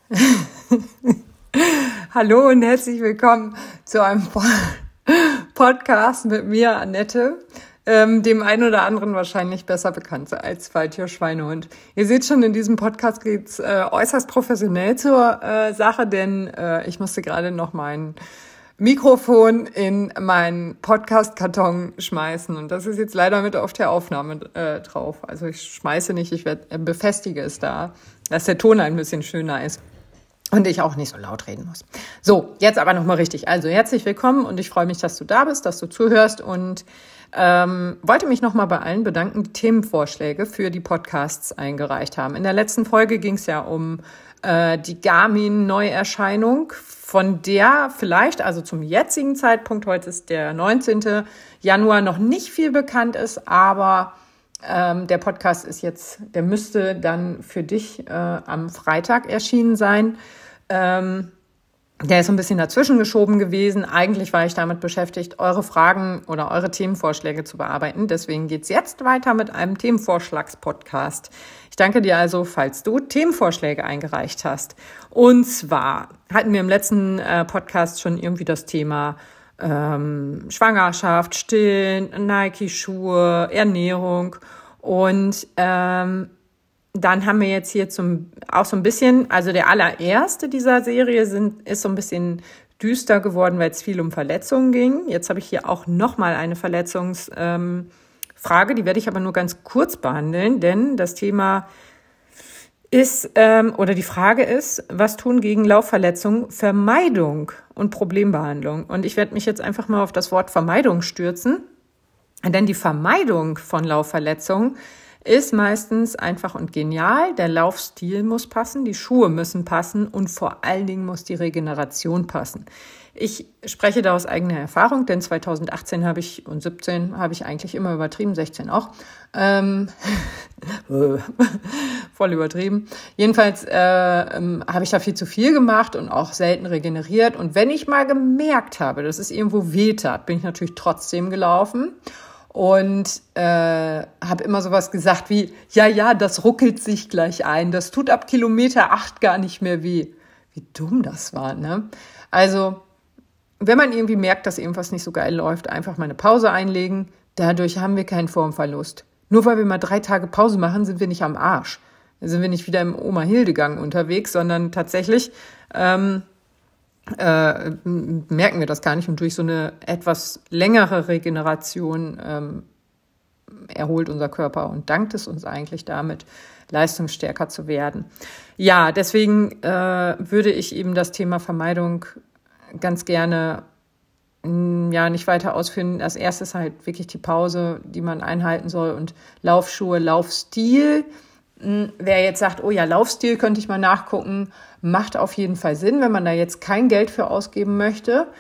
Hallo und herzlich willkommen zu einem Podcast mit mir, Annette, dem einen oder anderen wahrscheinlich besser bekannt als Falltier Schweinehund. Ihr seht schon, in diesem Podcast geht's äußerst professionell zur Sache, denn ich musste gerade noch mein Mikrofon in meinen Podcast-Karton schmeißen und das ist jetzt leider mit auf der Aufnahme drauf. Also ich schmeiße nicht, ich befestige es da, dass der Ton ein bisschen schöner ist. Und ich auch nicht so laut reden muss. So, jetzt aber nochmal richtig. Also herzlich willkommen und ich freue mich, dass du da bist, dass du zuhörst und wollte mich nochmal bei allen bedanken, die Themenvorschläge für die Podcasts eingereicht haben. In der letzten Folge ging es ja um die Garmin-Neuerscheinung, von der vielleicht, also zum jetzigen Zeitpunkt, heute ist der 19. Januar, noch nicht viel bekannt ist, aber der Podcast ist jetzt, der müsste dann für dich am Freitag erschienen sein. Der ist ein bisschen dazwischen geschoben gewesen. Eigentlich war ich damit beschäftigt, eure Fragen oder eure Themenvorschläge zu bearbeiten. Deswegen geht's jetzt weiter mit einem Themenvorschlagspodcast. Ich danke dir also, falls du Themenvorschläge eingereicht hast. Und zwar hatten wir im letzten Podcast schon irgendwie das Thema Schwangerschaft, Stillen, Nike-Schuhe, Ernährung und dann haben wir jetzt hier auch so ein bisschen, also der allererste dieser Serie ist so ein bisschen düster geworden, weil es viel um Verletzungen ging. Jetzt habe ich hier auch nochmal eine Verletzungsfrage, die werde ich aber nur ganz kurz behandeln, denn das Thema ist, oder die Frage ist, was tun gegen Laufverletzungen? Vermeidung und Problembehandlung. Und ich werde mich jetzt einfach mal auf das Wort Vermeidung stürzen, denn die Vermeidung von Laufverletzungen ist meistens einfach und genial. Der Laufstil muss passen, die Schuhe müssen passen und vor allen Dingen muss die Regeneration passen. Ich spreche da aus eigener Erfahrung, denn 2018 und 17 habe ich eigentlich immer übertrieben, 16 auch. Voll übertrieben. Jedenfalls habe ich da viel zu viel gemacht und auch selten regeneriert. Und wenn ich mal gemerkt habe, dass es irgendwo wehtat, bin ich natürlich trotzdem gelaufen. Und habe immer sowas gesagt wie, ja, das ruckelt sich gleich ein. Das tut ab Kilometer 8 gar nicht mehr weh. Wie dumm das war, ne? Also, wenn man irgendwie merkt, dass irgendwas nicht so geil läuft, einfach mal eine Pause einlegen. Dadurch haben wir keinen Formverlust. Nur weil wir mal 3 Tage Pause machen, sind wir nicht am Arsch. Da sind wir nicht wieder im Oma-Hildegang unterwegs, sondern tatsächlich merken wir das gar nicht und durch so eine etwas längere Regeneration erholt unser Körper und dankt es uns eigentlich damit, leistungsstärker zu werden. Ja, deswegen würde ich eben das Thema Vermeidung ganz gerne nicht weiter ausführen. Als erstes halt wirklich die Pause, die man einhalten soll und Laufschuhe, Laufstil. Wer jetzt sagt, oh ja, Laufstil könnte ich mal nachgucken, macht auf jeden Fall Sinn, wenn man da jetzt kein Geld für ausgeben möchte,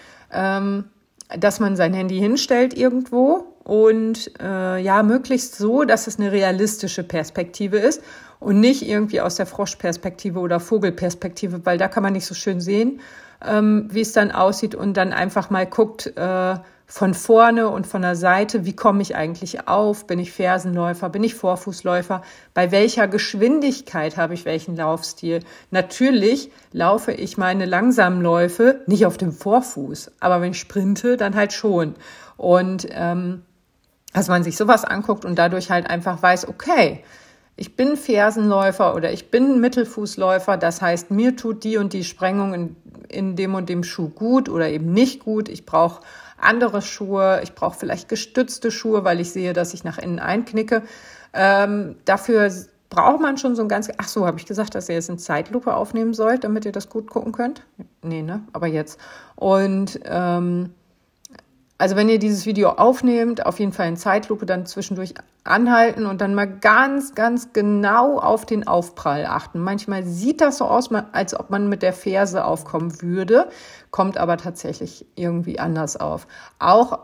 dass man sein Handy hinstellt irgendwo und möglichst so, dass es eine realistische Perspektive ist und nicht irgendwie aus der Froschperspektive oder Vogelperspektive, weil da kann man nicht so schön sehen, wie es dann aussieht und dann einfach mal guckt, von vorne und von der Seite, wie komme ich eigentlich auf? Bin ich Fersenläufer? Bin ich Vorfußläufer? Bei welcher Geschwindigkeit habe ich welchen Laufstil? Natürlich laufe ich meine langsamen Läufe nicht auf dem Vorfuß, aber wenn ich sprinte, dann halt schon. Und dass man sich sowas anguckt und dadurch halt einfach weiß, okay, ich bin Fersenläufer oder ich bin Mittelfußläufer, das heißt, mir tut die und die Sprengung in dem und dem Schuh gut oder eben nicht gut. Ich brauche andere Schuhe, ich brauche vielleicht gestützte Schuhe, weil ich sehe, dass ich nach innen einknicke. Dafür braucht man schon so ein ganz... Ach so, habe ich gesagt, dass ihr jetzt in Zeitlupe aufnehmen sollt, damit ihr das gut gucken könnt? Nee, ne? Aber jetzt. Und also wenn ihr dieses Video aufnehmt, auf jeden Fall in Zeitlupe, dann zwischendurch anhalten und dann mal ganz, ganz genau auf den Aufprall achten. Manchmal sieht das so aus, als ob man mit der Ferse aufkommen würde, kommt aber tatsächlich irgendwie anders auf. Auch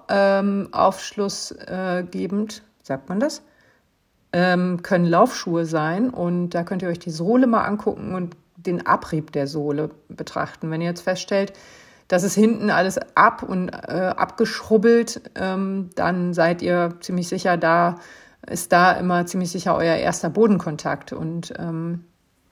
aufschlussgebend, sagt man das, können Laufschuhe sein und da könnt ihr euch die Sohle mal angucken und den Abrieb der Sohle betrachten. Wenn ihr jetzt feststellt, das ist hinten alles ab und abgeschrubbelt, dann seid ihr ziemlich sicher, ist da immer ziemlich sicher euer erster Bodenkontakt. Und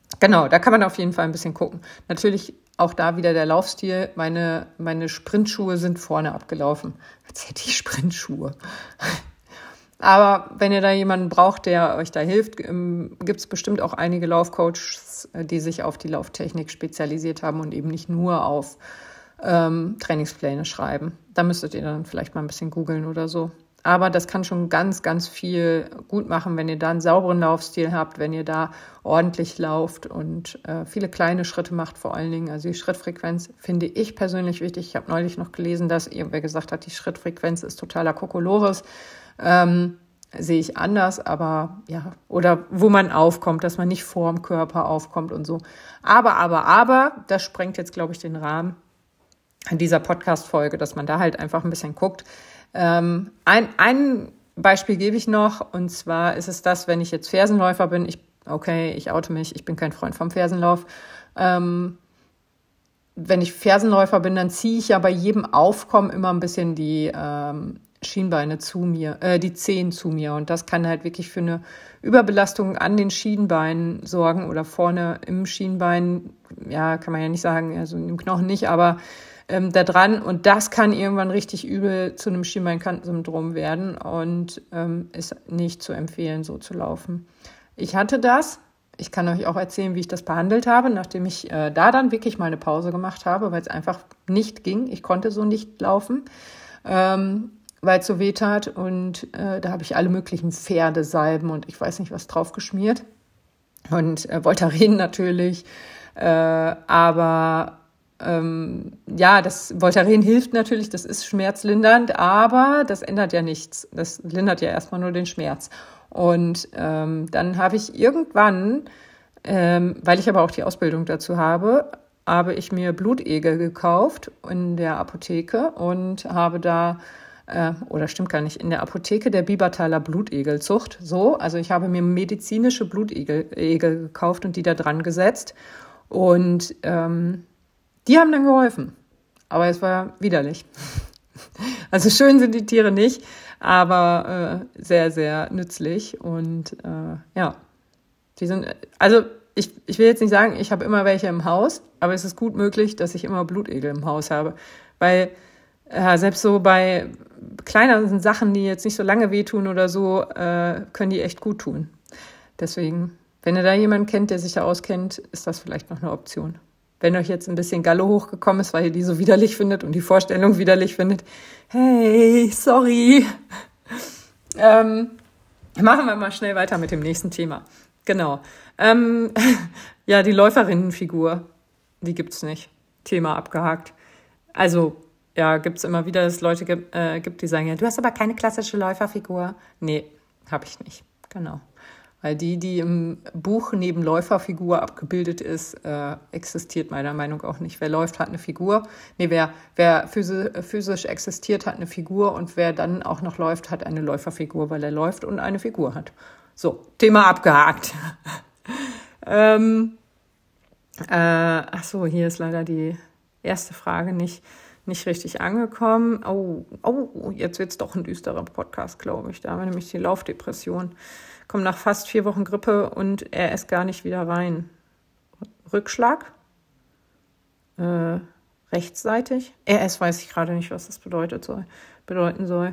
Genau, da kann man auf jeden Fall ein bisschen gucken. Natürlich auch da wieder der Laufstil. Meine Sprintschuhe sind vorne abgelaufen. Jetzt hätte ich Sprintschuhe. Aber wenn ihr da jemanden braucht, der euch da hilft, gibt es bestimmt auch einige Laufcoaches, die sich auf die Lauftechnik spezialisiert haben und eben nicht nur auf Trainingspläne schreiben. Da müsstet ihr dann vielleicht mal ein bisschen googeln oder so. Aber das kann schon ganz, ganz viel gut machen, wenn ihr da einen sauberen Laufstil habt, wenn ihr da ordentlich lauft und viele kleine Schritte macht vor allen Dingen. Also die Schrittfrequenz finde ich persönlich wichtig. Ich habe neulich noch gelesen, dass irgendwer gesagt hat, die Schrittfrequenz ist totaler Kokolores. Sehe ich anders, aber ja, oder wo man aufkommt, dass man nicht vorm Körper aufkommt und so. Aber, das sprengt jetzt, glaube ich, den Rahmen an dieser Podcast-Folge, dass man da halt einfach ein bisschen guckt. Ein Beispiel gebe ich noch, und zwar ist es das, wenn ich jetzt Fersenläufer bin, ich oute mich, ich bin kein Freund vom Fersenlauf. Wenn ich Fersenläufer bin, dann ziehe ich ja bei jedem Aufkommen immer ein bisschen die Schienbeine zu mir, die Zehen zu mir, und das kann halt wirklich für eine Überbelastung an den Schienbeinen sorgen oder vorne im Schienbein, ja, kann man ja nicht sagen, also im Knochen nicht, aber da dran, und das kann irgendwann richtig übel zu einem Schienbeinkantensyndrom werden und ist nicht zu empfehlen, so zu laufen. Ich hatte das. Ich kann euch auch erzählen, wie ich das behandelt habe, nachdem ich da dann wirklich mal eine Pause gemacht habe, weil es einfach nicht ging. Ich konnte so nicht laufen, weil es so weh tat, und da habe ich alle möglichen Pferdesalben und ich weiß nicht was drauf geschmiert und Voltaren natürlich, aber das Voltaren hilft natürlich, das ist schmerzlindernd, aber das ändert ja nichts. Das lindert ja erstmal nur den Schmerz. Und dann habe ich irgendwann, weil ich aber auch die Ausbildung dazu habe ich mir Blutegel gekauft in der Apotheke und habe da, stimmt gar nicht, in der Apotheke der Biebertaler Blutegelzucht. So, also ich habe mir medizinische Blutegel gekauft und die da dran gesetzt. Und die haben dann geholfen, aber es war widerlich. Also schön sind die Tiere nicht, aber sehr, sehr nützlich. Und die sind, also ich will jetzt nicht sagen, ich habe immer welche im Haus, aber es ist gut möglich, dass ich immer Blutegel im Haus habe. Weil selbst so bei kleineren Sachen, die jetzt nicht so lange wehtun oder so, können die echt gut tun. Deswegen, wenn ihr da jemanden kennt, der sich da auskennt, ist das vielleicht noch eine Option. Wenn euch jetzt ein bisschen Galle hochgekommen ist, weil ihr die so widerlich findet und die Vorstellung widerlich findet, hey, sorry. Machen wir mal schnell weiter mit dem nächsten Thema. Genau. Die Läuferinnenfigur, die gibt's nicht. Thema abgehakt. Also, ja, gibt's immer wieder, dass es Leute gibt, die sagen, ja, du hast aber keine klassische Läuferfigur. Nee, habe ich nicht. Genau. Weil die im Buch neben Läuferfigur abgebildet ist, existiert meiner Meinung nach auch nicht. Wer läuft, hat eine Figur. Nee, wer physisch existiert, hat eine Figur, und wer dann auch noch läuft, hat eine Läuferfigur, weil er läuft und eine Figur hat. So, Thema abgehakt. Hier ist leider die erste Frage nicht richtig angekommen. Jetzt wird's doch ein düsterer Podcast, glaube ich. Da haben wir nämlich die Laufdepression. Kommt nach fast 4 Wochen Grippe und er ist gar nicht wieder rein. Rückschlag? Rechtsseitig? RS weiß ich gerade nicht, was das bedeuten soll.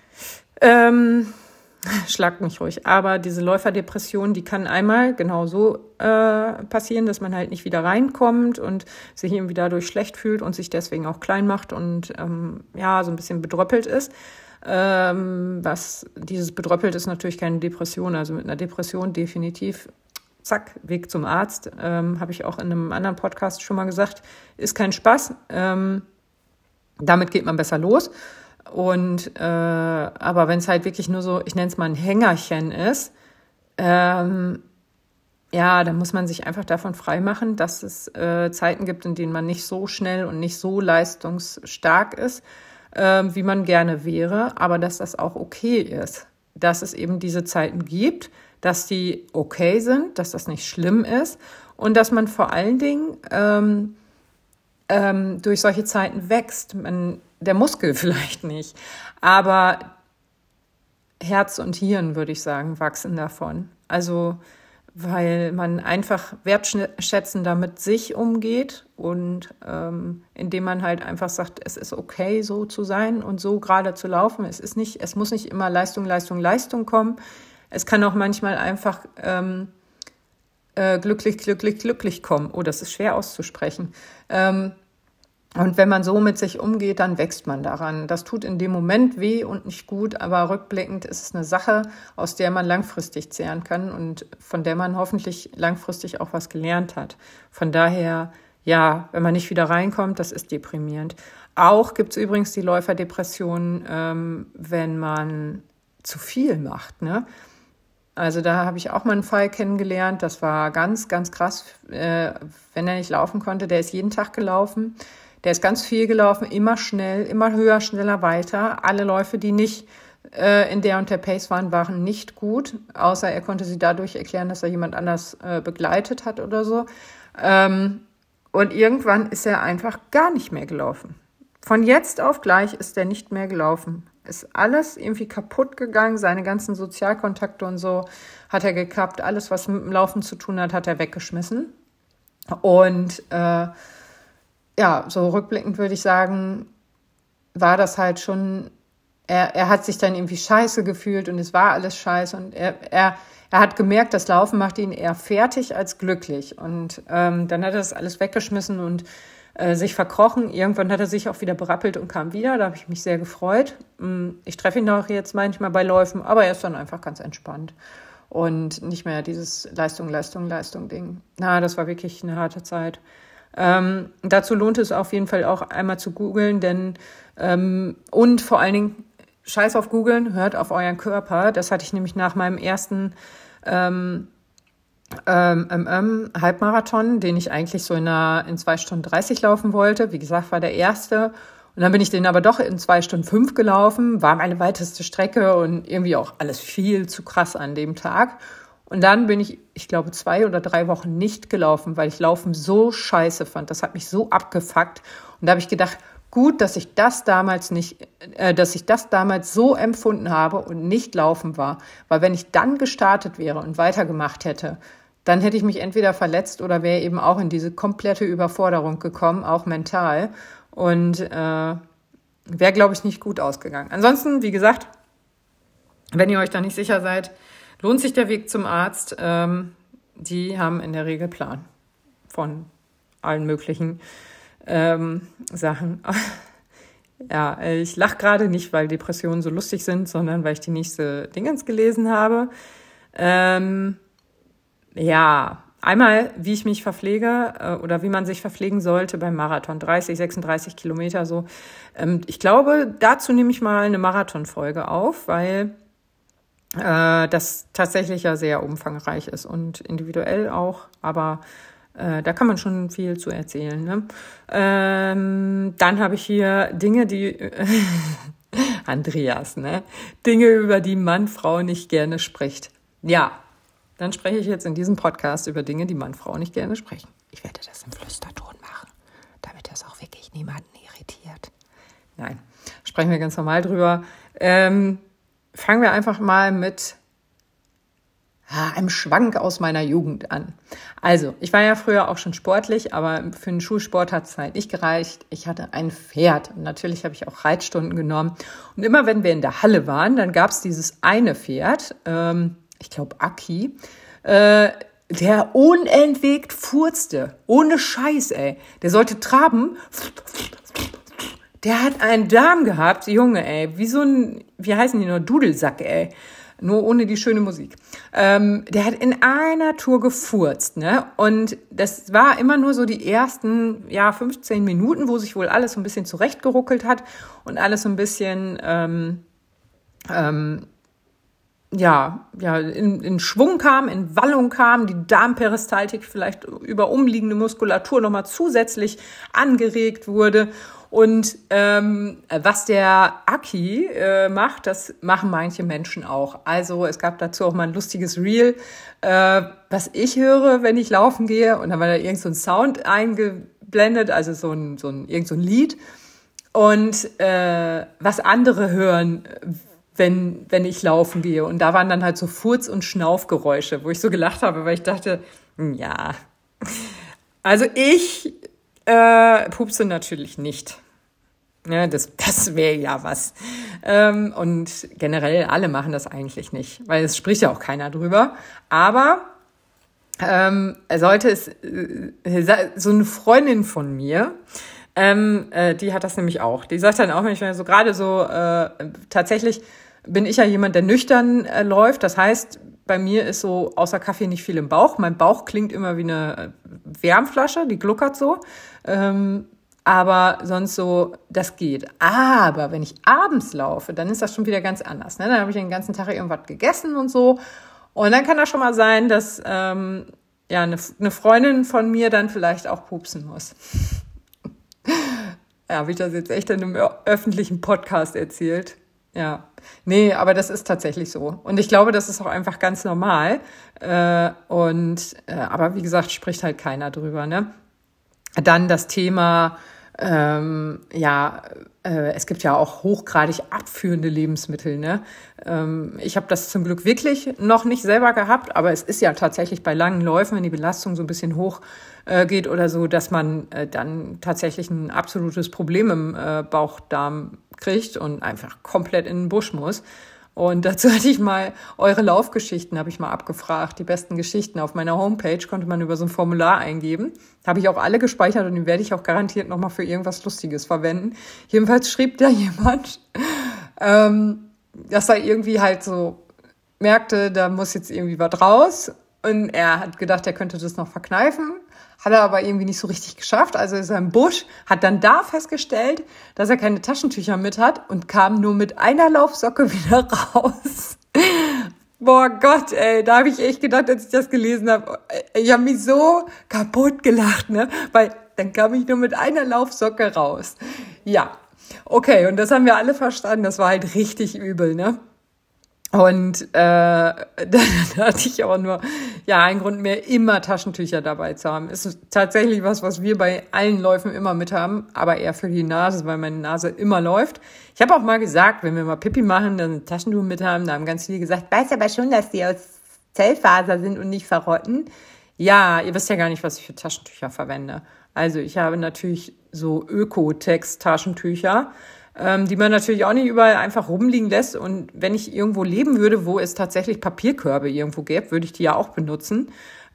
Schlagt mich ruhig. Aber diese Läuferdepression, die kann einmal genau so passieren, dass man halt nicht wieder reinkommt und sich irgendwie dadurch schlecht fühlt und sich deswegen auch klein macht und so ein bisschen bedröppelt ist. Was dieses bedröppelt ist natürlich keine Depression. Also mit einer Depression definitiv, zack, Weg zum Arzt. Habe ich auch in einem anderen Podcast schon mal gesagt, ist kein Spaß. Damit geht man besser los. Und aber wenn es halt wirklich nur so, ich nenne es mal ein Hängerchen ist, dann muss man sich einfach davon freimachen, dass es Zeiten gibt, in denen man nicht so schnell und nicht so leistungsstark ist, wie man gerne wäre, aber dass das auch okay ist, dass es eben diese Zeiten gibt, dass die okay sind, dass das nicht schlimm ist und dass man vor allen Dingen durch solche Zeiten wächst. Der Muskel vielleicht nicht, aber Herz und Hirn, würde ich sagen, wachsen davon. Also weil man einfach wertschätzender mit sich umgeht und indem man halt einfach sagt, es ist okay, so zu sein und so gerade zu laufen. Es muss nicht immer Leistung, Leistung, Leistung kommen. Es kann auch manchmal einfach glücklich, glücklich, glücklich kommen. Oh, das ist schwer auszusprechen. Und wenn man so mit sich umgeht, dann wächst man daran. Das tut in dem Moment weh und nicht gut, aber rückblickend ist es eine Sache, aus der man langfristig zehren kann und von der man hoffentlich langfristig auch was gelernt hat. Von daher, ja, wenn man nicht wieder reinkommt, das ist deprimierend. Auch gibt es übrigens die Läuferdepression, wenn man zu viel macht, ne? Also da habe ich auch mal einen Fall kennengelernt, das war ganz, ganz krass, wenn er nicht laufen konnte, der ist jeden Tag gelaufen, der ist ganz viel gelaufen, immer schnell, immer höher, schneller, weiter. Alle Läufe, die nicht in der und der Pace waren nicht gut, außer er konnte sie dadurch erklären, dass er jemand anders begleitet hat oder so. Und irgendwann ist er einfach gar nicht mehr gelaufen. Von jetzt auf gleich ist er nicht mehr gelaufen. Ist alles irgendwie kaputt gegangen, seine ganzen Sozialkontakte und so hat er gekappt. Alles, was mit dem Laufen zu tun hat, hat er weggeschmissen. Und so rückblickend würde ich sagen, war das halt schon, er hat sich dann irgendwie scheiße gefühlt und es war alles scheiße. Und er hat gemerkt, das Laufen macht ihn eher fertig als glücklich. Und dann hat er das alles weggeschmissen und sich verkrochen. Irgendwann hat er sich auch wieder berappelt und kam wieder. Da habe ich mich sehr gefreut. Ich treffe ihn auch jetzt manchmal bei Läufen, aber er ist dann einfach ganz entspannt und nicht mehr dieses Leistung, Leistung, Leistung Ding. Das war wirklich eine harte Zeit. Dazu lohnt es auf jeden Fall auch einmal zu googeln, denn und vor allen Dingen scheiß auf googeln, hört auf euren Körper. Das hatte ich nämlich nach meinem ersten Halbmarathon, den ich eigentlich so in 2 Stunden 30 laufen wollte. Wie gesagt, war der erste. Und dann bin ich den aber doch in 2 Stunden 5 gelaufen, war meine weiteste Strecke und irgendwie auch alles viel zu krass an dem Tag. Und dann bin ich glaube, 2 oder 3 Wochen nicht gelaufen, weil ich Laufen so scheiße fand. Das hat mich so abgefuckt. Und da habe ich gedacht, gut, dass ich das damals so empfunden habe und nicht laufen war. Weil wenn ich dann gestartet wäre und weitergemacht hätte, dann hätte ich mich entweder verletzt oder wäre eben auch in diese komplette Überforderung gekommen, auch mental. Und wäre, glaube ich, nicht gut ausgegangen. Ansonsten, wie gesagt, wenn ihr euch da nicht sicher seid, lohnt sich der Weg zum Arzt. Die haben in der Regel Plan von allen möglichen Sachen. Ja, ich lache gerade nicht, weil Depressionen so lustig sind, sondern weil ich die nächste Dingens gelesen habe. Einmal, wie ich mich verpflege oder wie man sich verpflegen sollte beim Marathon, 30, 36 Kilometer so. Ich glaube, dazu nehme ich mal eine Marathonfolge auf, weil das tatsächlich ja sehr umfangreich ist und individuell auch, aber da kann man schon viel zu erzählen. Ne? Dann habe ich hier Dinge, die Andreas, ne? Dinge, über die Mann, Frau nicht gerne spricht. Ja, dann spreche ich jetzt in diesem Podcast über Dinge, die Mann, Frau nicht gerne sprechen. Ich werde das im Flüsterton machen, damit das auch wirklich niemanden irritiert. Nein, sprechen wir ganz normal drüber. Fangen wir einfach mal mit einem Schwank aus meiner Jugend an. Also, ich war ja früher auch schon sportlich, aber für den Schulsport hat es halt nicht gereicht. Ich hatte ein Pferd und natürlich habe ich auch Reitstunden genommen. Und immer wenn wir in der Halle waren, dann gab es dieses eine Pferd, ich glaube Aki, der unentwegt furzte. Ohne Scheiß, ey. Der sollte traben. Der hat einen Darm gehabt, Junge, ey. Wie so ein, wie heißen die noch, Dudelsack, ey. Nur ohne die schöne Musik. Der hat in einer Tour gefurzt, ne? Und das war immer nur so die ersten, 15 Minuten, wo sich wohl alles so ein bisschen zurechtgeruckelt hat und alles so ein bisschen, in Schwung kam, in Wallung kam, die Darmperistaltik vielleicht über umliegende Muskulatur nochmal zusätzlich angeregt wurde. Und was der Aki macht, das machen manche Menschen auch. Also es gab dazu auch mal ein lustiges Reel, was ich höre, wenn ich laufen gehe. Und dann war da irgend so ein Sound eingeblendet, also irgend so ein Lied. Und was andere hören, wenn ich laufen gehe. Und da waren dann halt so Furz- und Schnaufgeräusche, wo ich so gelacht habe, weil ich dachte, ja, also ich pupse natürlich nicht. Ja, das wäre ja was. Und generell alle machen das eigentlich nicht, weil es spricht ja auch keiner drüber. Aber sollte es so eine Freundin von mir, die hat das nämlich auch. Die sagt dann auch manchmal so, gerade so, tatsächlich bin ich ja jemand, der nüchtern läuft. Das heißt, bei mir ist so außer Kaffee nicht viel im Bauch. Mein Bauch klingt immer wie eine Wärmflasche, die gluckert so. Aber sonst so, das geht. Aber wenn ich abends laufe, dann ist das schon wieder ganz anders. Ne? Dann habe ich den ganzen Tag irgendwas gegessen und so. Und dann kann das schon mal sein, dass eine Freundin von mir dann vielleicht auch pupsen muss. Ja, habe ich das jetzt echt in einem öffentlichen Podcast erzählt? Ja, nee, aber das ist tatsächlich so. Und ich glaube, das ist auch einfach ganz normal. Aber wie gesagt, spricht halt keiner drüber, ne? Dann das Thema, es gibt ja auch hochgradig abführende Lebensmittel, ne? Ich habe das zum Glück wirklich noch nicht selber gehabt, aber es ist ja tatsächlich bei langen Läufen, wenn die Belastung so ein bisschen hoch geht oder so, dass man dann tatsächlich ein absolutes Problem im Bauchdarm kriegt und einfach komplett in den Busch muss. Und dazu hatte ich mal eure Laufgeschichten, habe ich mal abgefragt. Die besten Geschichten auf meiner Homepage konnte man über so ein Formular eingeben. Habe ich auch alle gespeichert und die werde ich auch garantiert nochmal für irgendwas Lustiges verwenden. Jedenfalls schrieb da jemand, dass er irgendwie halt so merkte, da muss jetzt irgendwie was raus. Und er hat gedacht, er könnte das noch verkneifen. Hat er aber irgendwie nicht so richtig geschafft. Also ist er im Busch, hat dann da festgestellt, dass er keine Taschentücher mit hat und kam nur mit einer Laufsocke wieder raus. Boah Gott, ey, da habe ich echt gedacht, als ich das gelesen habe, ich habe mich so kaputt gelacht, ne? Weil dann kam ich nur mit einer Laufsocke raus. Ja, okay, und das haben wir alle verstanden. Das war halt richtig übel, ne? Und da hatte ich aber nur einen Grund mehr, immer Taschentücher dabei zu haben. Ist tatsächlich was wir bei allen Läufen immer mit haben, aber eher für die Nase, weil meine Nase immer läuft. Ich habe auch mal gesagt, wenn wir mal Pipi machen, dann ein Taschentuch mit haben, da haben ganz viele gesagt, weiß aber schon, dass die aus Zellfaser sind und nicht verrotten. Ja, ihr wisst ja gar nicht, was ich für Taschentücher verwende. Also ich habe natürlich so Ökotex-Taschentücher, die man natürlich auch nicht überall einfach rumliegen lässt. Und wenn ich irgendwo leben würde, wo es tatsächlich Papierkörbe irgendwo gäbe, würde ich die ja auch benutzen.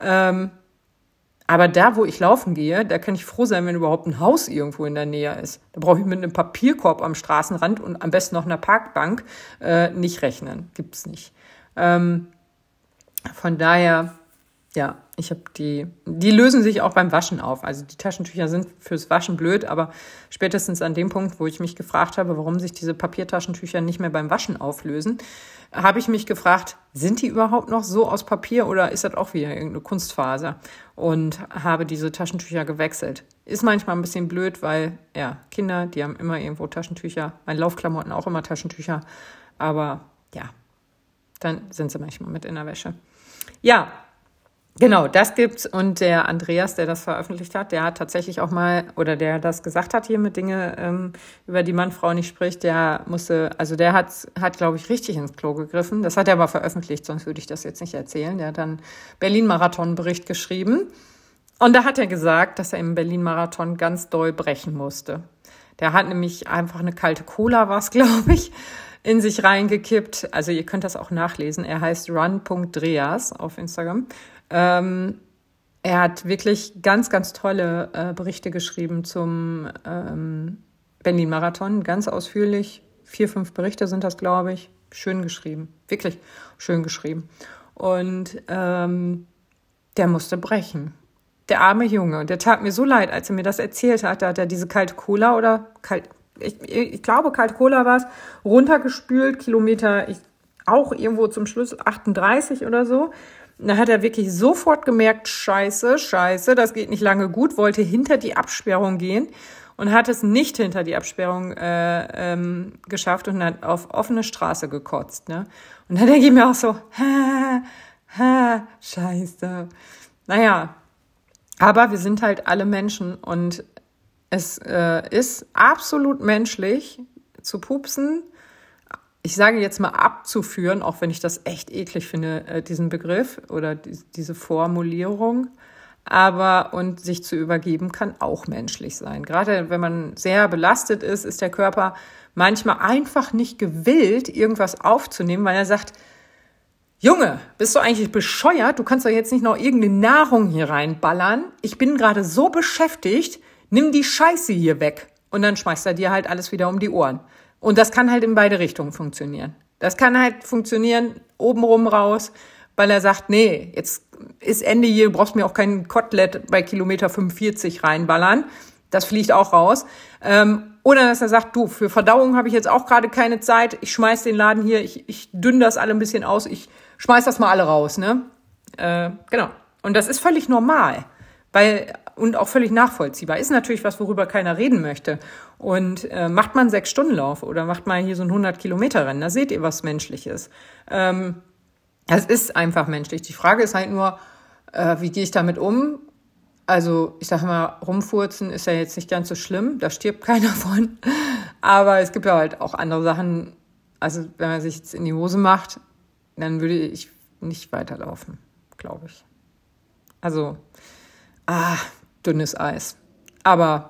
Aber da, wo ich laufen gehe, da kann ich froh sein, wenn überhaupt ein Haus irgendwo in der Nähe ist. Da brauche ich mit einem Papierkorb am Straßenrand und am besten noch einer Parkbank nicht rechnen. Gibt's nicht. Von daher, ja, ich habe die lösen sich auch beim Waschen auf. Also die Taschentücher sind fürs Waschen blöd, aber spätestens an dem Punkt, wo ich mich gefragt habe, warum sich diese Papiertaschentücher nicht mehr beim Waschen auflösen, habe ich mich gefragt, sind die überhaupt noch so aus Papier oder ist das auch wieder irgendeine Kunstfaser? Und habe diese Taschentücher gewechselt. Ist manchmal ein bisschen blöd, weil, ja, Kinder, die haben immer irgendwo Taschentücher, meine Laufklamotten auch immer Taschentücher, aber ja, dann sind sie manchmal mit in der Wäsche. Ja, genau, das gibt's. Und der Andreas, der das veröffentlicht hat, der hat tatsächlich auch mal, oder der das gesagt hat hier mit Dinge, über die Mann, Frau nicht spricht, der hat, glaube ich, richtig ins Klo gegriffen. Das hat er aber veröffentlicht, sonst würde ich das jetzt nicht erzählen. Der hat dann Berlin-Marathon-Bericht geschrieben. Und da hat er gesagt, dass er im Berlin-Marathon ganz doll brechen musste. Der hat nämlich einfach eine kalte Cola, war's, glaube ich, in sich reingekippt. Also ihr könnt das auch nachlesen. Er heißt run.dreas auf Instagram. Er hat wirklich ganz, ganz tolle Berichte geschrieben zum Berlin-Marathon, ganz ausführlich. 4, 5 Berichte sind das, glaube ich. Schön geschrieben, wirklich schön geschrieben. Und der musste brechen. Der arme Junge, der tat mir so leid, als er mir das erzählt hat. Da hat er diese kalte Cola ich glaube, kalte Cola war es, runtergespült, Kilometer, auch irgendwo zum Schluss 38 oder so. Da hat er wirklich sofort gemerkt, scheiße, das geht nicht lange gut, wollte hinter die Absperrung gehen und hat es nicht hinter die Absperrung geschafft und hat auf offene Straße gekotzt. Ne? Und dann denke ich mir auch so, scheiße. Naja, aber wir sind halt alle Menschen und es ist absolut menschlich zu pupsen, ich sage jetzt mal abzuführen, auch wenn ich das echt eklig finde, diesen Begriff oder diese Formulierung. Aber und sich zu übergeben kann auch menschlich sein. Gerade wenn man sehr belastet ist, ist der Körper manchmal einfach nicht gewillt, irgendwas aufzunehmen, weil er sagt, Junge, bist du eigentlich bescheuert? Du kannst doch jetzt nicht noch irgendeine Nahrung hier reinballern. Ich bin gerade so beschäftigt, nimm die Scheiße hier weg. Und dann schmeißt er dir halt alles wieder um die Ohren. Und das kann halt in beide Richtungen funktionieren. Das kann halt funktionieren, obenrum raus, weil er sagt, nee, jetzt ist Ende hier, du brauchst mir auch kein Kotelett bei Kilometer 45 reinballern. Das fliegt auch raus. Oder dass er sagt, du, für Verdauung habe ich jetzt auch gerade keine Zeit. Ich schmeiß den Laden hier, ich dünne das alle ein bisschen aus. Ich schmeiß das mal alle raus, ne? Genau. Und das ist völlig normal. Und auch völlig nachvollziehbar. Ist natürlich was, worüber keiner reden möchte. Und macht man 6-Stunden-Lauf oder macht mal hier so ein 100-Kilometer-Rennen, da seht ihr was Menschliches. Das ist einfach menschlich. Die Frage ist halt nur, wie gehe ich damit um? Also ich sage mal, rumfurzen ist ja jetzt nicht ganz so schlimm, da stirbt keiner von. Aber es gibt ja halt auch andere Sachen, also wenn man sich jetzt in die Hose macht, dann würde ich nicht weiterlaufen, glaube ich. Also, dünnes Eis. Aber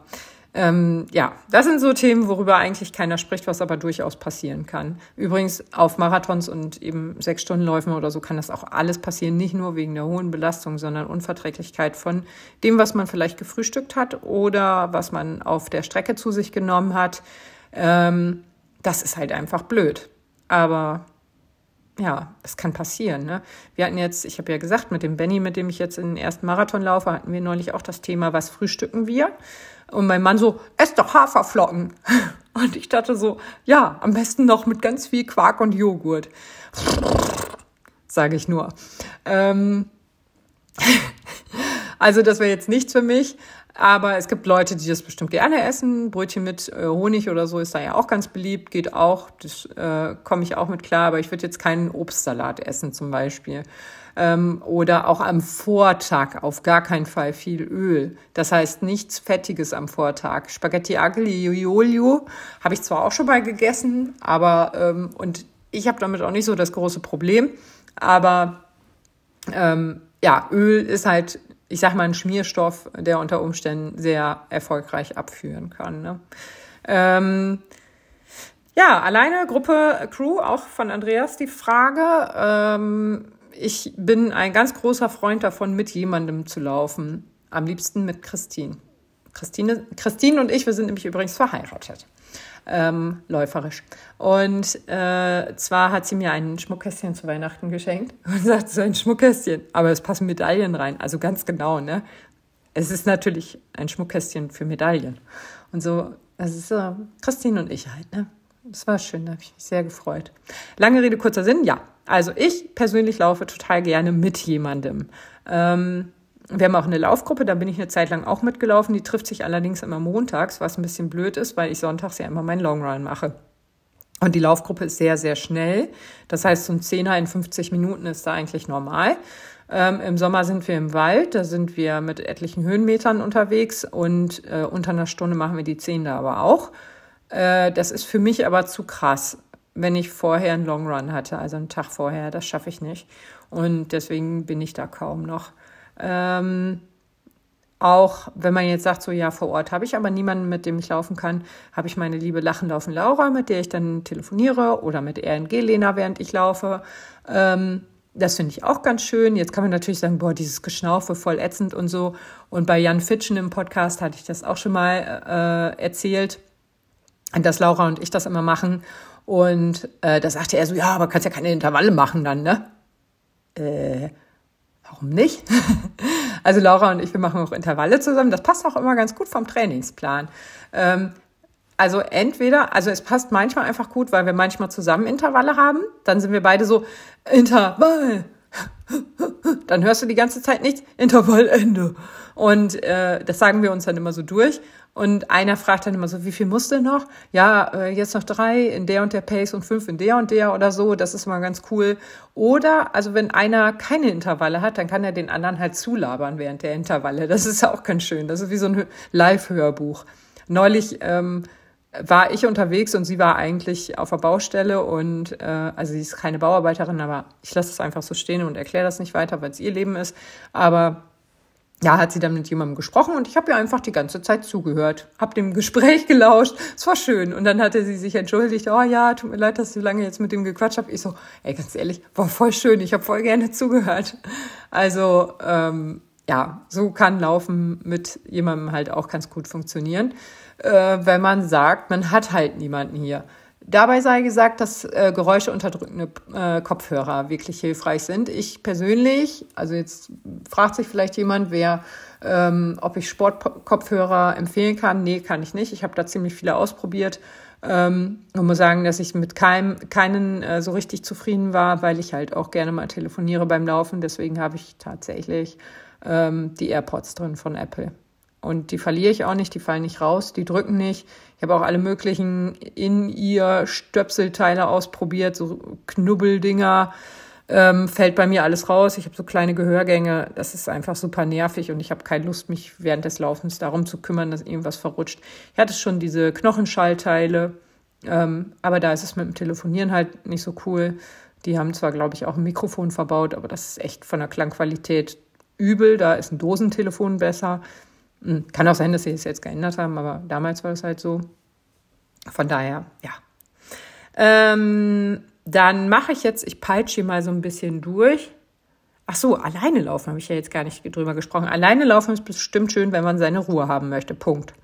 das sind so Themen, worüber eigentlich keiner spricht, was aber durchaus passieren kann. Übrigens auf Marathons und eben 6-Stunden-Läufen oder so kann das auch alles passieren, nicht nur wegen der hohen Belastung, sondern Unverträglichkeit von dem, was man vielleicht gefrühstückt hat oder was man auf der Strecke zu sich genommen hat. Das ist halt einfach blöd. Aber ja, es kann passieren, ne? Wir hatten jetzt, ich habe ja gesagt, mit dem Benny, mit dem ich jetzt in den ersten Marathon laufe, hatten wir neulich auch das Thema, was frühstücken wir? Und mein Mann so, ess doch Haferflocken. Und ich dachte so, ja, am besten noch mit ganz viel Quark und Joghurt. Sage ich nur. Also das wäre jetzt nichts für mich. Aber es gibt Leute, die das bestimmt gerne essen. Brötchen mit Honig oder so ist da ja auch ganz beliebt, geht auch. Das komme ich auch mit klar. Aber ich würde jetzt keinen Obstsalat essen zum Beispiel. Oder auch am Vortag auf gar keinen Fall viel Öl. Das heißt nichts Fettiges am Vortag. Spaghetti Aglio habe ich zwar auch schon mal gegessen, aber und ich habe damit auch nicht so das große Problem. Aber Öl ist halt, ich sag mal, ein Schmierstoff, der unter Umständen sehr erfolgreich abführen kann. Ne? Alleine, Gruppe, Crew, auch von Andreas die Frage. Ich bin ein ganz großer Freund davon, mit jemandem zu laufen. Am liebsten mit Christine. Christine und ich, wir sind nämlich übrigens verheiratet. Läuferisch. Und zwar hat sie mir ein Schmuckkästchen zu Weihnachten geschenkt und sagt, so ein Schmuckkästchen, aber es passen Medaillen rein, also ganz genau, ne? Es ist natürlich ein Schmuckkästchen für Medaillen. Und so, das ist so Christine und ich halt, ne? Das war schön, da habe ich mich sehr gefreut. Lange Rede, kurzer Sinn, ja. Also ich persönlich laufe total gerne mit jemandem. Wir haben auch eine Laufgruppe, da bin ich eine Zeit lang auch mitgelaufen. Die trifft sich allerdings immer montags, was ein bisschen blöd ist, weil ich sonntags ja immer meinen Longrun mache. Und die Laufgruppe ist sehr, sehr schnell. Das heißt, so ein 10er in 50 Minuten ist da eigentlich normal. Im Sommer sind wir im Wald, da sind wir mit etlichen Höhenmetern unterwegs und unter einer Stunde machen wir die 10 da aber auch. Das ist für mich aber zu krass, wenn ich vorher einen Longrun hatte, also einen Tag vorher. Das schaffe ich nicht. Und deswegen bin ich da kaum noch. Auch wenn man jetzt sagt, so ja, vor Ort habe ich aber niemanden, mit dem ich laufen kann, habe ich meine liebe Lachen laufen Laura, mit der ich dann telefoniere oder mit RNG Lena, während ich laufe. Das finde ich auch ganz schön. Jetzt kann man natürlich sagen, boah, dieses Geschnaufe, voll ätzend und so. Und bei Jan Fitschen im Podcast hatte ich das auch schon mal erzählt, dass Laura und ich das immer machen. Und da sagte er so, ja, aber kannst ja keine Intervalle machen dann, ne? Warum nicht? Also Laura und ich, wir machen auch Intervalle zusammen. Das passt auch immer ganz gut vom Trainingsplan. Also es passt manchmal einfach gut, weil wir manchmal zusammen Intervalle haben. Dann sind wir beide so, Intervall. Dann hörst du die ganze Zeit nichts, Intervallende. Und das sagen wir uns dann immer so durch. Und einer fragt dann immer so, wie viel musst du noch? Ja, jetzt noch 3 in der und der Pace und 5 in der und der oder so. Das ist immer ganz cool. Oder, also wenn einer keine Intervalle hat, dann kann er den anderen halt zulabern während der Intervalle. Das ist auch ganz schön. Das ist wie so ein Live-Hörbuch. Neulich war ich unterwegs und sie war eigentlich auf der Baustelle und also sie ist keine Bauarbeiterin, aber ich lasse es einfach so stehen und erkläre das nicht weiter, weil es ihr Leben ist. Aber ja, hat sie dann mit jemandem gesprochen und ich habe ihr einfach die ganze Zeit zugehört, habe dem Gespräch gelauscht, es war schön. Und dann hatte sie sich entschuldigt, oh ja, tut mir leid, dass ich so lange jetzt mit dem gequatscht habe. Ich so, ey, ganz ehrlich, war voll schön, ich habe voll gerne zugehört. Also ja, so kann Laufen mit jemandem halt auch ganz gut funktionieren, wenn man sagt, man hat halt niemanden hier. Dabei sei gesagt, dass geräuscheunterdrückende Kopfhörer wirklich hilfreich sind. Ich persönlich, also jetzt fragt sich vielleicht jemand, ob ich Sportkopfhörer empfehlen kann. Nee, kann ich nicht. Ich habe da ziemlich viele ausprobiert und muss sagen, dass ich mit keinen so richtig zufrieden war, weil ich halt auch gerne mal telefoniere beim Laufen. Deswegen habe ich tatsächlich die AirPods drin von Apple. Und die verliere ich auch nicht, die fallen nicht raus, die drücken nicht. Ich habe auch alle möglichen In-Ear-Stöpselteile ausprobiert, so Knubbeldinger, fällt bei mir alles raus. Ich habe so kleine Gehörgänge, das ist einfach super nervig und ich habe keine Lust, mich während des Laufens darum zu kümmern, dass irgendwas verrutscht. Ich hatte schon diese Knochenschallteile, aber da ist es mit dem Telefonieren halt nicht so cool. Die haben zwar, glaube ich, auch ein Mikrofon verbaut, aber das ist echt von der Klangqualität übel. Da ist ein Dosentelefon besser. Kann auch sein, dass sie es jetzt geändert haben, aber damals war es halt so. Von daher, ja. Dann mache ich peitsche hier mal so ein bisschen durch. Ach so, alleine laufen habe ich ja jetzt gar nicht drüber gesprochen. Alleine laufen ist bestimmt schön, wenn man seine Ruhe haben möchte. Punkt.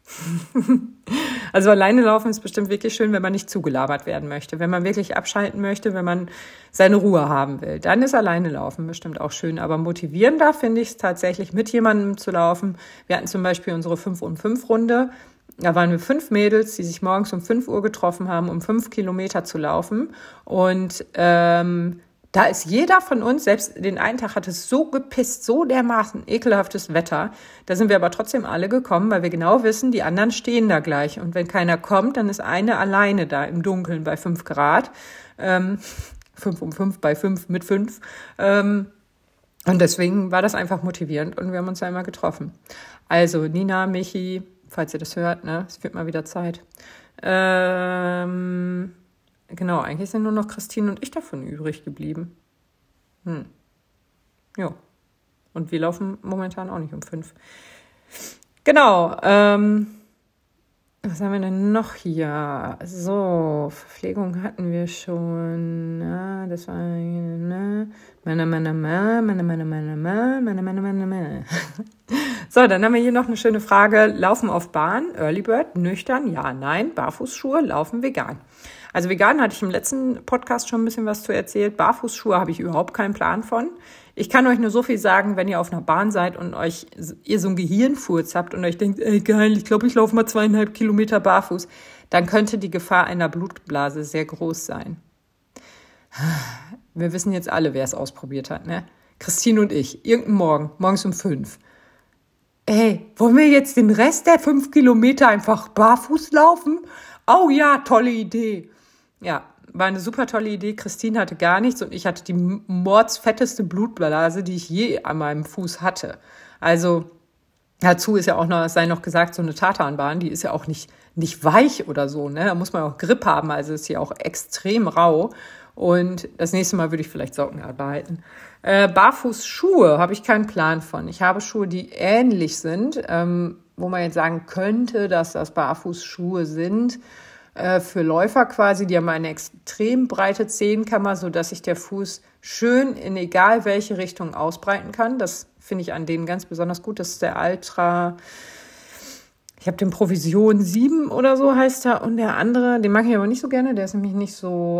Also alleine laufen ist bestimmt wirklich schön, wenn man nicht zugelabert werden möchte, wenn man wirklich abschalten möchte, wenn man seine Ruhe haben will. Dann ist alleine laufen bestimmt auch schön. Aber motivierender finde ich es tatsächlich, mit jemandem zu laufen. Wir hatten zum Beispiel unsere 5-um-5-Runde. Da waren wir 5 Mädels, die sich morgens um 5 Uhr getroffen haben, um 5 Kilometer zu laufen. Und da ist jeder von uns, selbst den einen Tag hat es so gepisst, so dermaßen ekelhaftes Wetter. Da sind wir aber trotzdem alle gekommen, weil wir genau wissen, die anderen stehen da gleich. Und wenn keiner kommt, dann ist eine alleine da im Dunkeln bei 5 Grad. 5 bei 5 mit 5. Und deswegen war das einfach motivierend und wir haben uns da immer getroffen. Also Nina, Michi, falls ihr das hört, ne, es wird mal wieder Zeit. Genau, eigentlich sind nur noch Christine und ich davon übrig geblieben. Ja. Und wir laufen momentan auch nicht um 5. Genau, was haben wir denn noch hier? So, Verpflegung hatten wir schon. Na, das war So, dann haben wir hier noch eine schöne Frage. Laufen auf Bahn, Early Bird, nüchtern, ja, nein, Barfußschuhe, laufen vegan. Also vegan hatte ich im letzten Podcast schon ein bisschen was zu erzählt. Barfußschuhe habe ich überhaupt keinen Plan von. Ich kann euch nur so viel sagen, wenn ihr auf einer Bahn seid und ihr so einen Gehirnfurz habt und euch denkt, ey geil, ich glaube, ich laufe mal 2,5 Kilometer barfuß, dann könnte die Gefahr einer Blutblase sehr groß sein. Wir wissen jetzt alle, wer es ausprobiert hat, ne? Christine und ich, irgendeinen morgens um 5. Ey, wollen wir jetzt den Rest der 5 Kilometer einfach barfuß laufen? Oh ja, tolle Idee. Ja, war eine super tolle Idee. Christine hatte gar nichts und ich hatte die mordsfetteste Blutblase, die ich je an meinem Fuß hatte. Also dazu ist ja auch noch, es sei noch gesagt, so eine Tatanbahn, die ist ja auch nicht weich oder so, ne? Da muss man auch Grip haben, also ist hier auch extrem rau. Und das nächste Mal würde ich vielleicht Socken behalten. Barfußschuhe habe ich keinen Plan von. Ich habe Schuhe, die ähnlich sind, wo man jetzt sagen könnte, dass das Barfußschuhe sind. Für Läufer quasi, die haben eine extrem breite Zehenkammer, sodass sich der Fuß schön in egal welche Richtung ausbreiten kann. Das finde ich an denen ganz besonders gut. Das ist der Altra, ich habe den Provision 7 oder so heißt er. Und der andere, den mag ich aber nicht so gerne, der ist nämlich nicht so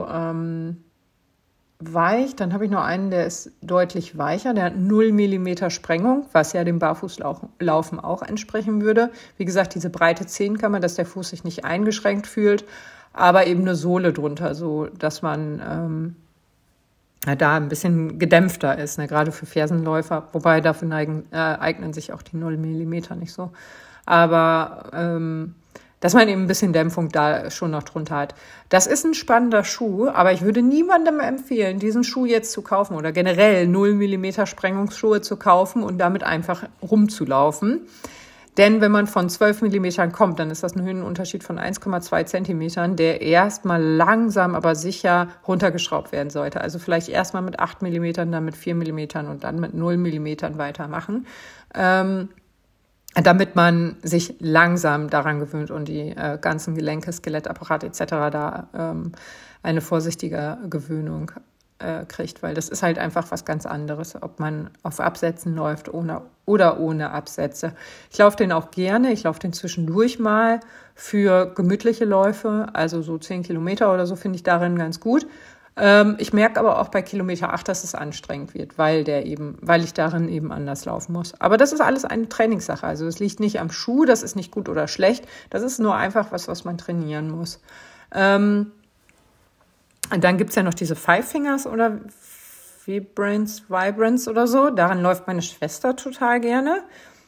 weich. Dann habe ich noch einen, der ist deutlich weicher, der hat 0 mm Sprengung, was ja dem Barfußlaufen auch entsprechen würde. Wie gesagt, diese breite Zehenkammer, dass der Fuß sich nicht eingeschränkt fühlt, aber eben eine Sohle drunter, so dass man da ein bisschen gedämpfter ist, ne? Gerade für Fersenläufer, wobei dafür eignen sich auch die 0 mm nicht so. Aber dass man eben ein bisschen Dämpfung da schon noch drunter hat. Das ist ein spannender Schuh, aber ich würde niemandem empfehlen, diesen Schuh jetzt zu kaufen oder generell 0 mm Sprengungsschuhe zu kaufen und damit einfach rumzulaufen. Denn wenn man von 12 Millimetern kommt, dann ist das ein Höhenunterschied von 1,2 Zentimetern, der erstmal langsam, aber sicher runtergeschraubt werden sollte. Also vielleicht erstmal mit 8 Millimetern, dann mit 4 Millimetern und dann mit 0 Millimetern weitermachen, damit man sich langsam daran gewöhnt und die ganzen Gelenke, Skelettapparat etc. da eine vorsichtige Gewöhnung kriegt, weil das ist halt einfach was ganz anderes, ob man auf Absätzen läuft oder ohne Absätze. Ich laufe den auch gerne, ich laufe den zwischendurch mal für gemütliche Läufe, also so 10 Kilometer oder so finde ich darin ganz gut. Ich merke aber auch bei Kilometer 8, dass es anstrengend wird, weil ich darin eben anders laufen muss. Aber das ist alles eine Trainingssache, also es liegt nicht am Schuh, das ist nicht gut oder schlecht, das ist nur einfach was man trainieren muss. Und dann gibt's ja noch diese Five Fingers oder Vibrance oder so. Daran läuft meine Schwester total gerne.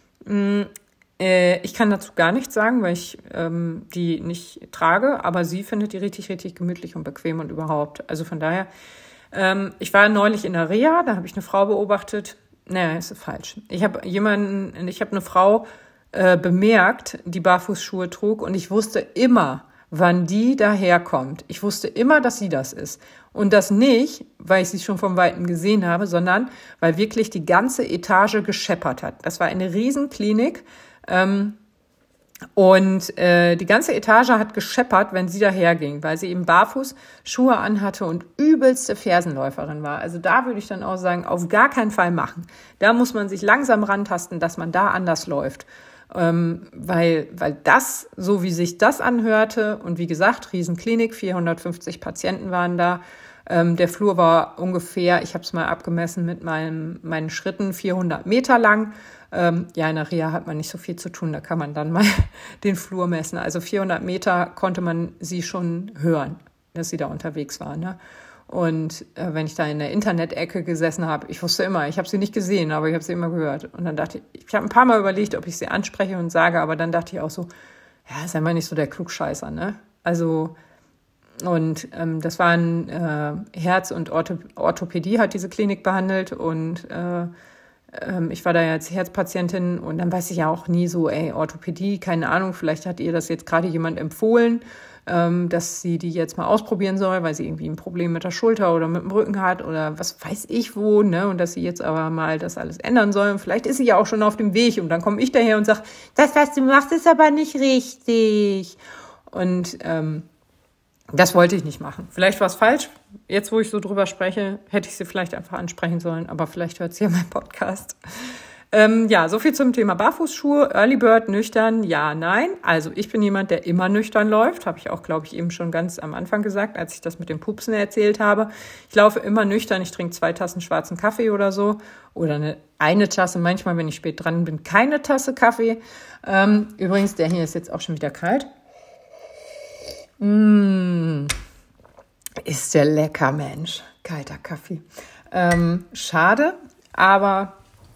Ich kann dazu gar nichts sagen, weil ich die nicht trage. Aber sie findet die richtig, richtig gemütlich und bequem und überhaupt. Also von daher, ich war neulich in der Reha, da habe ich eine Frau beobachtet. Naja, ist falsch. Ich habe eine Frau bemerkt, die Barfußschuhe trug. Und ich wusste immer, wann die daherkommt. Ich wusste immer, dass sie das ist. Und das nicht, weil ich sie schon vom Weiten gesehen habe, sondern weil wirklich die ganze Etage gescheppert hat. Das war eine Riesenklinik. Und die ganze Etage hat gescheppert, wenn sie daherging, weil sie eben Barfußschuhe anhatte und übelste Fersenläuferin war. Also da würde ich dann auch sagen, auf gar keinen Fall machen. Da muss man sich langsam rantasten, dass man da anders läuft. Weil das, so wie sich das anhörte, und wie gesagt, Riesenklinik, 450 Patienten waren da, der Flur war ungefähr, ich habe es mal abgemessen mit meinen Schritten, 400 Meter lang. In der Reha hat man nicht so viel zu tun, da kann man dann mal den Flur messen. Also 400 Meter konnte man sie schon hören, dass sie da unterwegs war, ne? Und wenn ich da in der Internet-Ecke gesessen habe, ich wusste immer, ich habe sie nicht gesehen, aber ich habe sie immer gehört. Und dann dachte ich habe ein paar Mal überlegt, ob ich sie anspreche und sage, aber dann dachte ich auch so, ja, sei mal nicht so der Klugscheißer, ne? Also, und das war ein Herz- und Orthopädie hat diese Klinik behandelt und ich war da ja als Herzpatientin und dann weiß ich ja auch nie so, Orthopädie, keine Ahnung, vielleicht hat ihr das jetzt gerade jemand empfohlen, dass sie die jetzt mal ausprobieren soll, weil sie irgendwie ein Problem mit der Schulter oder mit dem Rücken hat oder was weiß ich wo, ne? Und dass sie jetzt aber mal das alles ändern soll. Und vielleicht ist sie ja auch schon auf dem Weg und dann komme ich daher und sage, das, was du machst, ist aber nicht richtig. Und das wollte ich nicht machen. Vielleicht war es falsch. Jetzt, wo ich so drüber spreche, hätte ich sie vielleicht einfach ansprechen sollen, aber vielleicht hört sie ja meinen Podcast. So viel zum Thema Barfußschuhe, Early Bird, nüchtern, ja, nein. Also ich bin jemand, der immer nüchtern läuft, habe ich auch, glaube ich, eben schon ganz am Anfang gesagt, als ich das mit dem Pupsen erzählt habe. Ich laufe immer nüchtern, ich trinke 2 Tassen schwarzen Kaffee oder so oder eine Tasse, manchmal, wenn ich spät dran bin, keine Tasse Kaffee. Übrigens, der hier ist jetzt auch schon wieder kalt. Ist der lecker, Mensch. Kalter Kaffee. Schade, aber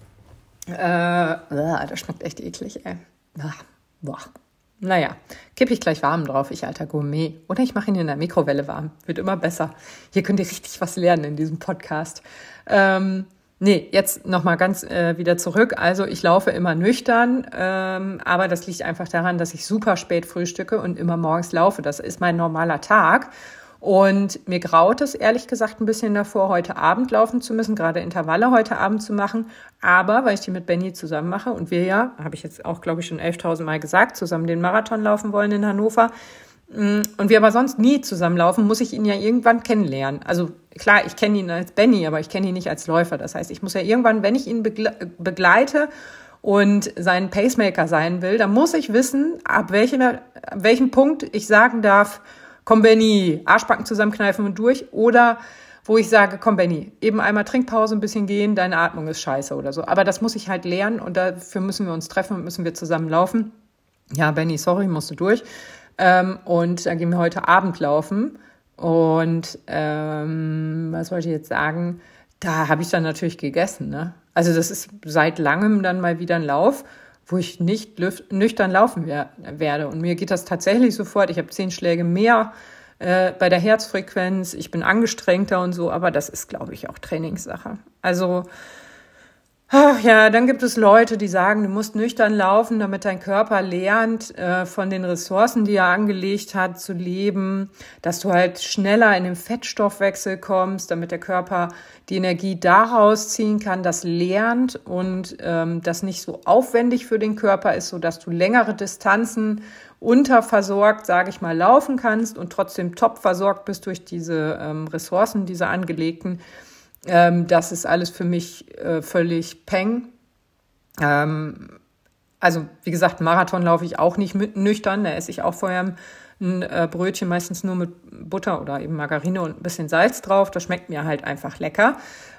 das schmeckt echt eklig, ey. Boah. Naja, kippe ich gleich warm drauf, ich alter Gourmet. Oder ich mache ihn in der Mikrowelle warm. Wird immer besser. Hier könnt ihr richtig was lernen in diesem Podcast. Jetzt nochmal ganz wieder zurück. Also ich laufe immer nüchtern, aber das liegt einfach daran, dass ich super spät frühstücke und immer morgens laufe. Das ist mein normaler Tag. Und mir graut es ehrlich gesagt ein bisschen davor, heute Abend laufen zu müssen, gerade Intervalle heute Abend zu machen. Aber weil ich die mit Benny zusammen mache und wir ja, habe ich jetzt auch, glaube ich, schon 11.000 Mal gesagt, zusammen den Marathon laufen wollen in Hannover und wir aber sonst nie zusammen laufen, muss ich ihn ja irgendwann kennenlernen. Also klar, ich kenne ihn als Benny, aber ich kenne ihn nicht als Läufer. Das heißt, ich muss ja irgendwann, wenn ich ihn begleite und sein Pacemaker sein will, dann muss ich wissen, ab welchem Punkt ich sagen darf, komm Benny, Arschbacken zusammenkneifen und durch. Oder wo ich sage, komm Benny, eben einmal Trinkpause, ein bisschen gehen, deine Atmung ist scheiße oder so. Aber das muss ich halt lernen und dafür müssen wir uns treffen und müssen wir zusammen laufen. Ja, Benny, sorry, musst du durch. Und dann gehen wir heute Abend laufen. Und was wollte ich jetzt sagen? Da habe ich dann natürlich gegessen, ne? Also das ist seit langem dann mal wieder ein Lauf, wo ich nicht nüchtern laufen werde. Und mir geht das tatsächlich sofort. Ich habe 10 Schläge mehr bei der Herzfrequenz. Ich bin angestrengter und so, aber das ist, glaube ich, auch Trainingssache. Also Ach ja, dann gibt es Leute, die sagen, du musst nüchtern laufen, damit dein Körper lernt, von den Ressourcen, die er angelegt hat, zu leben, dass du halt schneller in den Fettstoffwechsel kommst, damit der Körper die Energie daraus ziehen kann, das lernt und das nicht so aufwendig für den Körper ist, sodass du längere Distanzen unterversorgt, sage ich mal, laufen kannst und trotzdem top versorgt bist durch diese Ressourcen, diese angelegten. Das ist alles für mich völlig Peng. Also wie gesagt, Marathon laufe ich auch nicht mit nüchtern. Da esse ich auch vorher ein Brötchen, meistens nur mit Butter oder eben Margarine und ein bisschen Salz drauf. Das schmeckt mir halt einfach lecker.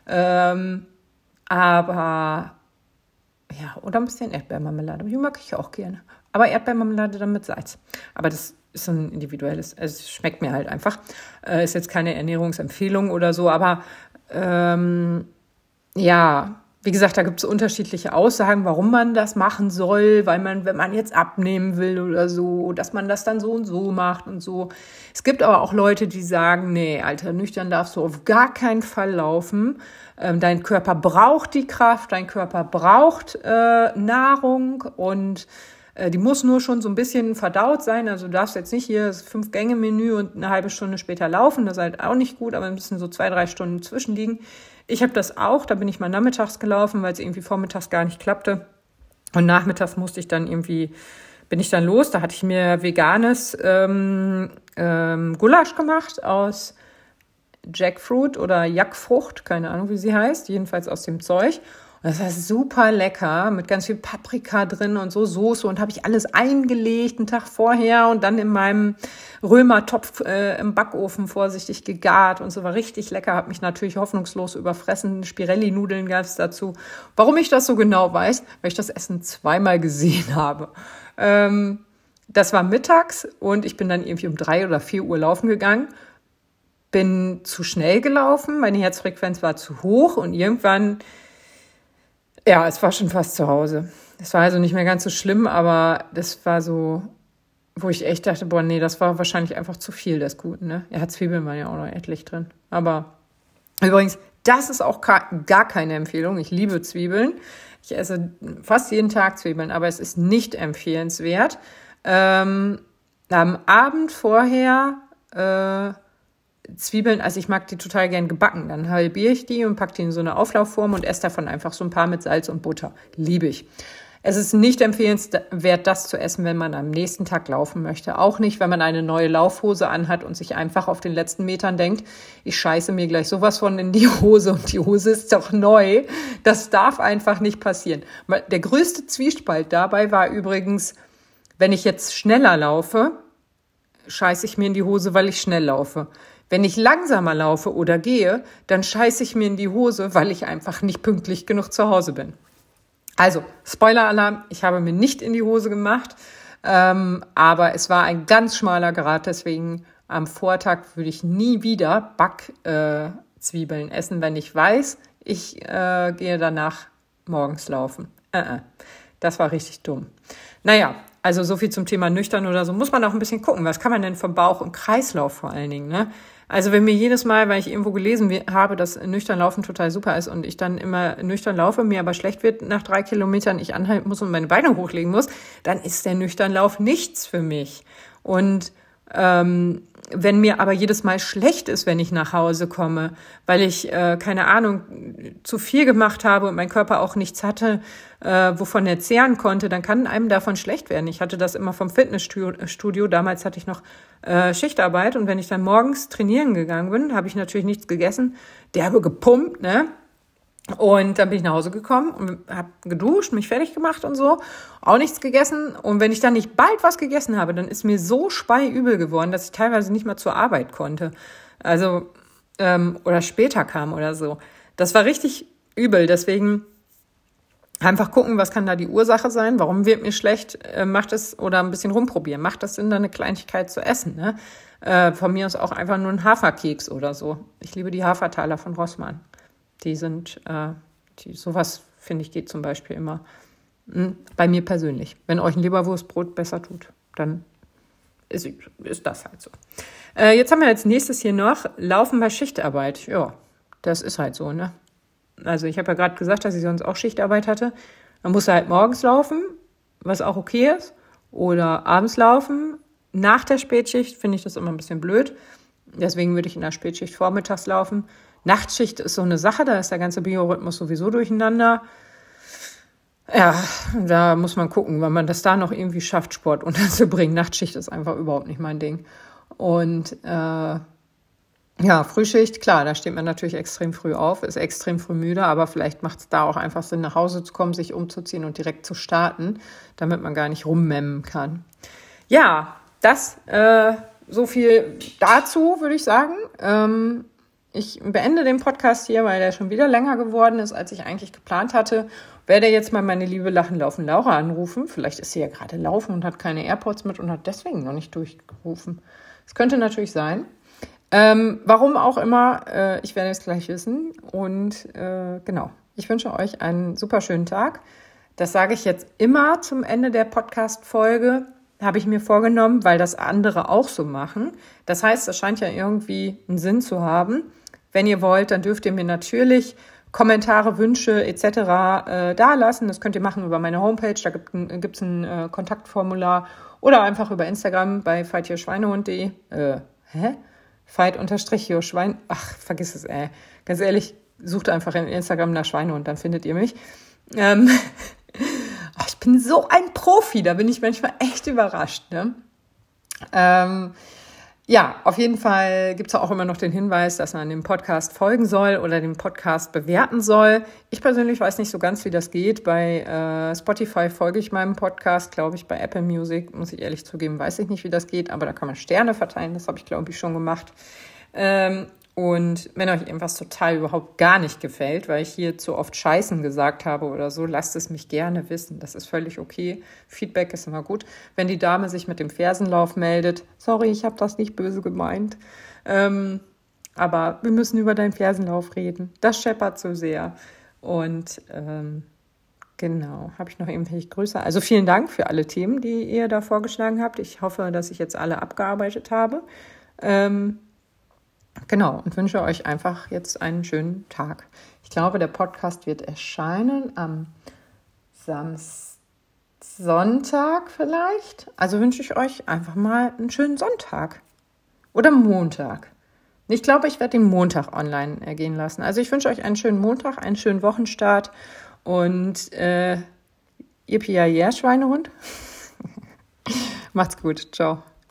Aber ja, oder ein bisschen Erdbeermarmelade. Die mag ich auch gerne. Aber Erdbeermarmelade dann mit Salz. Aber das ist so ein individuelles, es schmeckt mir halt einfach. Ist jetzt keine Ernährungsempfehlung oder so, aber ja, wie gesagt, da gibt es unterschiedliche Aussagen, warum man das machen soll, weil man, wenn man jetzt abnehmen will oder so, dass man das dann so und so macht und so. Es gibt aber auch Leute, die sagen, nee, Alter, nüchtern darfst du auf gar keinen Fall laufen. Dein Körper braucht die Kraft, dein Körper braucht Nahrung und die muss nur schon so ein bisschen verdaut sein. Also du darfst jetzt nicht hier das 5-Gänge-Menü und eine halbe Stunde später laufen. Das ist halt auch nicht gut, aber ein bisschen so 2-3 Stunden zwischenliegen. Ich habe das auch. Da bin ich mal nachmittags gelaufen, weil es irgendwie vormittags gar nicht klappte. Und nachmittags bin ich dann los. Da hatte ich mir veganes Gulasch gemacht aus Jackfruit oder Jackfrucht. Keine Ahnung, wie sie heißt. Jedenfalls aus dem Zeug. Das war super lecker, mit ganz viel Paprika drin und so Soße und habe ich alles eingelegt einen Tag vorher und dann in meinem Römertopf im Backofen vorsichtig gegart und so, war richtig lecker, habe mich natürlich hoffnungslos überfressen. Spirelli-Nudeln gab es dazu. Warum ich das so genau weiß? Weil ich das Essen zweimal gesehen habe. Das war mittags und ich bin dann irgendwie um 3 oder 4 Uhr laufen gegangen. Bin zu schnell gelaufen, meine Herzfrequenz war zu hoch und irgendwann... Ja, es war schon fast zu Hause. Es war also nicht mehr ganz so schlimm, aber das war so, wo ich echt dachte, boah, nee, das war wahrscheinlich einfach zu viel des Guten, ne? Ja, Zwiebeln waren ja auch noch etlich drin. Aber übrigens, das ist auch gar keine Empfehlung. Ich liebe Zwiebeln. Ich esse fast jeden Tag Zwiebeln, aber es ist nicht empfehlenswert. Am Abend vorher Zwiebeln, also ich mag die total gern gebacken. Dann halbiere ich die und packe die in so eine Auflaufform und esse davon einfach so ein paar mit Salz und Butter. Liebe ich. Es ist nicht empfehlenswert, das zu essen, wenn man am nächsten Tag laufen möchte. Auch nicht, wenn man eine neue Laufhose anhat und sich einfach auf den letzten Metern denkt, ich scheiße mir gleich sowas von in die Hose und die Hose ist doch neu. Das darf einfach nicht passieren. Der größte Zwiespalt dabei war übrigens, wenn ich jetzt schneller laufe, scheiße ich mir in die Hose, weil ich schnell laufe. Wenn ich langsamer laufe oder gehe, dann scheiße ich mir in die Hose, weil ich einfach nicht pünktlich genug zu Hause bin. Also, Spoiler-Alarm, ich habe mir nicht in die Hose gemacht, aber es war ein ganz schmaler Grat, deswegen am Vortag würde ich nie wieder Backzwiebeln essen, wenn ich weiß, ich gehe danach morgens laufen. Das war richtig dumm. Naja, also so viel zum Thema nüchtern oder so. Muss man auch ein bisschen gucken, was kann man denn vom Bauch und Kreislauf vor allen Dingen, ne? Also wenn mir jedes Mal, weil ich irgendwo gelesen habe, dass nüchtern laufen total super ist und ich dann immer nüchtern laufe, mir aber schlecht wird nach 3 Kilometern, ich anhalten muss und meine Beine hochlegen muss, dann ist der Nüchternlauf nichts für mich. Und wenn mir aber jedes Mal schlecht ist, wenn ich nach Hause komme, weil ich, keine Ahnung, zu viel gemacht habe und mein Körper auch nichts hatte, wovon er zehren konnte, dann kann einem davon schlecht werden. Ich hatte das immer vom Fitnessstudio. Damals hatte ich noch Schichtarbeit und wenn ich dann morgens trainieren gegangen bin, habe ich natürlich nichts gegessen, derbe gepumpt, ne? Und dann bin ich nach Hause gekommen und habe geduscht, mich fertig gemacht und so, auch nichts gegessen. Und wenn ich dann nicht bald was gegessen habe, dann ist mir so speiübel geworden, dass ich teilweise nicht mal zur Arbeit konnte. Also, oder später kam oder so. Das war richtig übel, deswegen einfach gucken, was kann da die Ursache sein, warum wird mir schlecht, macht es, oder ein bisschen rumprobieren, macht das Sinn, da eine Kleinigkeit zu essen, ne? Von mir aus auch einfach nur ein Haferkeks oder so. Ich liebe die Hafertaler von Rossmann. Die sind, sowas, finde ich, geht zum Beispiel immer bei mir persönlich. Wenn euch ein Leberwurstbrot besser tut, dann ist das halt so. Jetzt haben wir als nächstes hier noch Laufen bei Schichtarbeit. Ja, das ist halt so, ne? Also ich habe ja gerade gesagt, dass ich sonst auch Schichtarbeit hatte. Man muss halt morgens laufen, was auch okay ist, oder abends laufen. Nach der Spätschicht finde ich das immer ein bisschen blöd. Deswegen würde ich in der Spätschicht vormittags laufen. Nachtschicht ist so eine Sache, da ist der ganze Biorhythmus sowieso durcheinander. Ja, da muss man gucken, wenn man das da noch irgendwie schafft, Sport unterzubringen. Nachtschicht ist einfach überhaupt nicht mein Ding. Und Frühschicht, klar, da steht man natürlich extrem früh auf, ist extrem früh müde, aber vielleicht macht es da auch einfach Sinn, nach Hause zu kommen, sich umzuziehen und direkt zu starten, damit man gar nicht rummemmen kann. Ja, das so viel dazu, würde ich sagen. Ich beende den Podcast hier, weil der schon wieder länger geworden ist, als ich eigentlich geplant hatte. Werde jetzt mal meine liebe Lachen, Laufen Laura anrufen. Vielleicht ist sie ja gerade laufen und hat keine AirPods mit und hat deswegen noch nicht durchgerufen. Das könnte natürlich sein. Warum auch immer, ich werde es gleich wissen. Und genau, ich wünsche euch einen super schönen Tag. Das sage ich jetzt immer zum Ende der Podcast-Folge. Habe ich mir vorgenommen, weil das andere auch so machen. Das heißt, es scheint ja irgendwie einen Sinn zu haben. Wenn ihr wollt, dann dürft ihr mir natürlich Kommentare, Wünsche etc. dalassen. Das könnt ihr machen über meine Homepage. Da gibt's ein Kontaktformular oder einfach über Instagram bei fight-your-schweinehund.de. Fight_your-Schwein. Ach, vergiss es, ey. Ganz ehrlich, sucht einfach in Instagram nach Schweinehund, dann findet ihr mich. Ich bin so ein Profi, da bin ich manchmal echt überrascht, ne? Auf jeden Fall gibt es auch immer noch den Hinweis, dass man dem Podcast folgen soll oder den Podcast bewerten soll. Ich persönlich weiß nicht so ganz, wie das geht. Bei Spotify folge ich meinem Podcast, glaube ich. Bei Apple Music, muss ich ehrlich zugeben, weiß ich nicht, wie das geht. Aber da kann man Sterne verteilen, das habe ich, glaube ich, schon gemacht. Und wenn euch irgendwas total überhaupt gar nicht gefällt, weil ich hier zu oft Scheißen gesagt habe oder so, lasst es mich gerne wissen. Das ist völlig okay. Feedback ist immer gut. Wenn die Dame sich mit dem Fersenlauf meldet, sorry, ich habe das nicht böse gemeint, aber wir müssen über deinen Fersenlauf reden. Das scheppert so sehr. Und genau, habe ich noch irgendwelche Grüße? Also vielen Dank für alle Themen, die ihr da vorgeschlagen habt. Ich hoffe, dass ich jetzt alle abgearbeitet habe. Genau, und wünsche euch einfach jetzt einen schönen Tag. Ich glaube, der Podcast wird erscheinen am Sonntag vielleicht. Also wünsche ich euch einfach mal einen schönen Sonntag oder Montag. Ich glaube, ich werde den Montag online gehen lassen. Also ich wünsche euch einen schönen Montag, einen schönen Wochenstart und Yippie-Schweinehund. Macht's gut, ciao.